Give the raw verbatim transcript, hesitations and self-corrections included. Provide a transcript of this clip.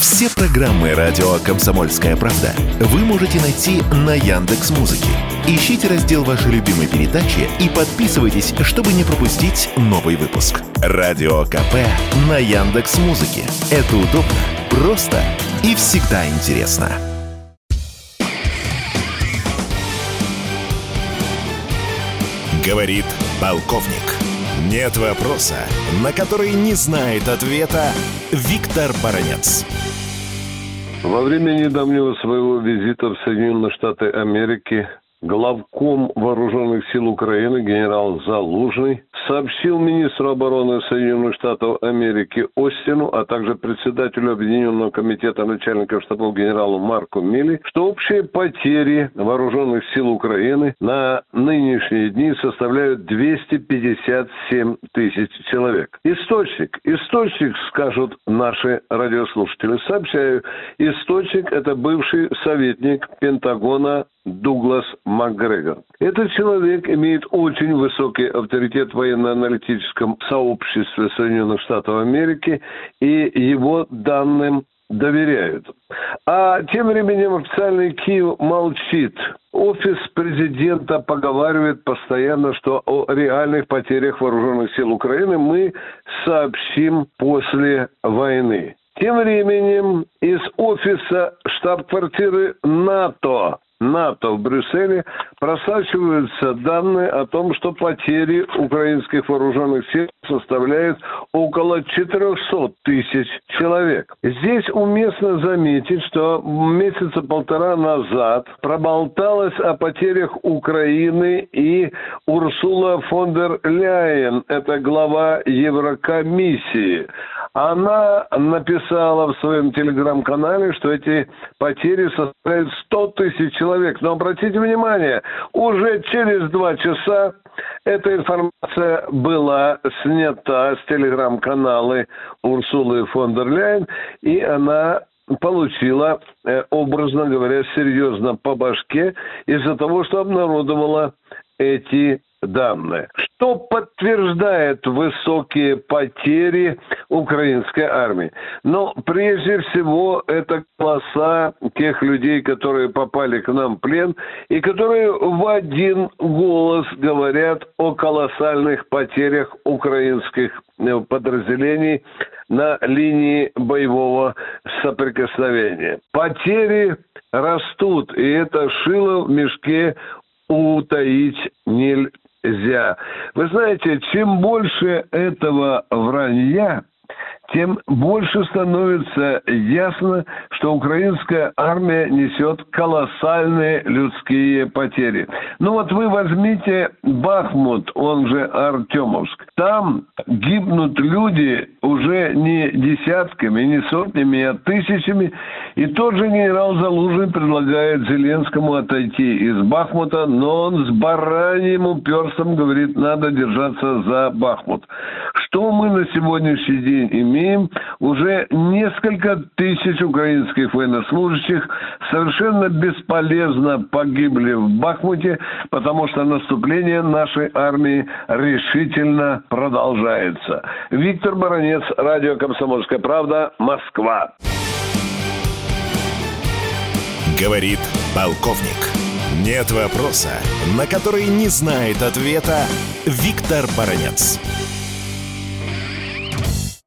Все программы радио «Комсомольская правда» вы можете найти на Яндекс.Музыке. Ищите раздел вашей любимой передачи и подписывайтесь, чтобы не пропустить новый выпуск. Радио КП на Яндекс.Музыке. Это удобно, просто и всегда интересно. Говорит полковник. Нет вопроса, на который не знает ответа Виктор Баранец. Во время недавнего своего визита в Соединенные Штаты Америки главком Вооруженных сил Украины генерал Залужный сообщил министру обороны Соединенных Штатов Америки Остину, а также председателю Объединенного комитета начальников штабов генералу Марку Милли, что общие потери Вооруженных сил Украины на нынешние дни составляют двести пятьдесят семь тысяч человек. Источник. Источник, скажут наши радиослушатели. Сообщаю, источник – это бывший советник Пентагона Дуглас Макгрегор. Этот человек имеет очень высокий авторитет в военно-аналитическом сообществе Соединенных Штатов Америки, и его данным доверяют. А тем временем официальный Киев молчит. Офис президента поговаривает постоянно, что о реальных потерях вооруженных сил Украины мы сообщим после войны. Тем временем из офиса штаб-квартиры НАТО НАТО в Брюсселе просачиваются данные о том, что потери украинских вооруженных сил составляют около четыреста тысяч человек. Здесь уместно заметить, что месяца полтора назад проболталась о потерях Украины и Урсула фон дер Ляйен, это глава Еврокомиссии. Она написала в своем телеграм-канале, что эти потери составляют сто тысяч человек. Но обратите внимание, уже через два часа эта информация была снята с телеграм-канала Урсулы фон дер Ляйен, и она получила, образно говоря, серьезно по башке из-за того, что обнародовала эти данные. Что подтверждает высокие потери украинской армии? Но прежде всего это голоса тех людей, которые попали к нам в плен и которые в один голос говорят о колоссальных потерях украинских подразделений на линии боевого соприкосновения. Потери растут, и это шило в мешке утаить нельзя. Вы знаете, чем больше этого вранья, тем больше становится ясно, что украинская армия несет колоссальные людские потери. Ну вот вы возьмите Бахмут, он же Артемовск. Там гибнут люди уже не десятками, не сотнями, а тысячами. И тот же генерал Залужный предлагает Зеленскому отойти из Бахмута, но он с бараньим упорством говорит, надо держаться за Бахмут. Что мы на сегодняшний день имеем? Уже несколько тысяч украинских военнослужащих совершенно бесполезно погибли в Бахмуте, потому что наступление нашей армии решительно продолжается. Виктор Баранец, радио «Комсомольская правда», Москва. Говорит полковник. Нет вопроса, на который не знает ответа Виктор Баранец.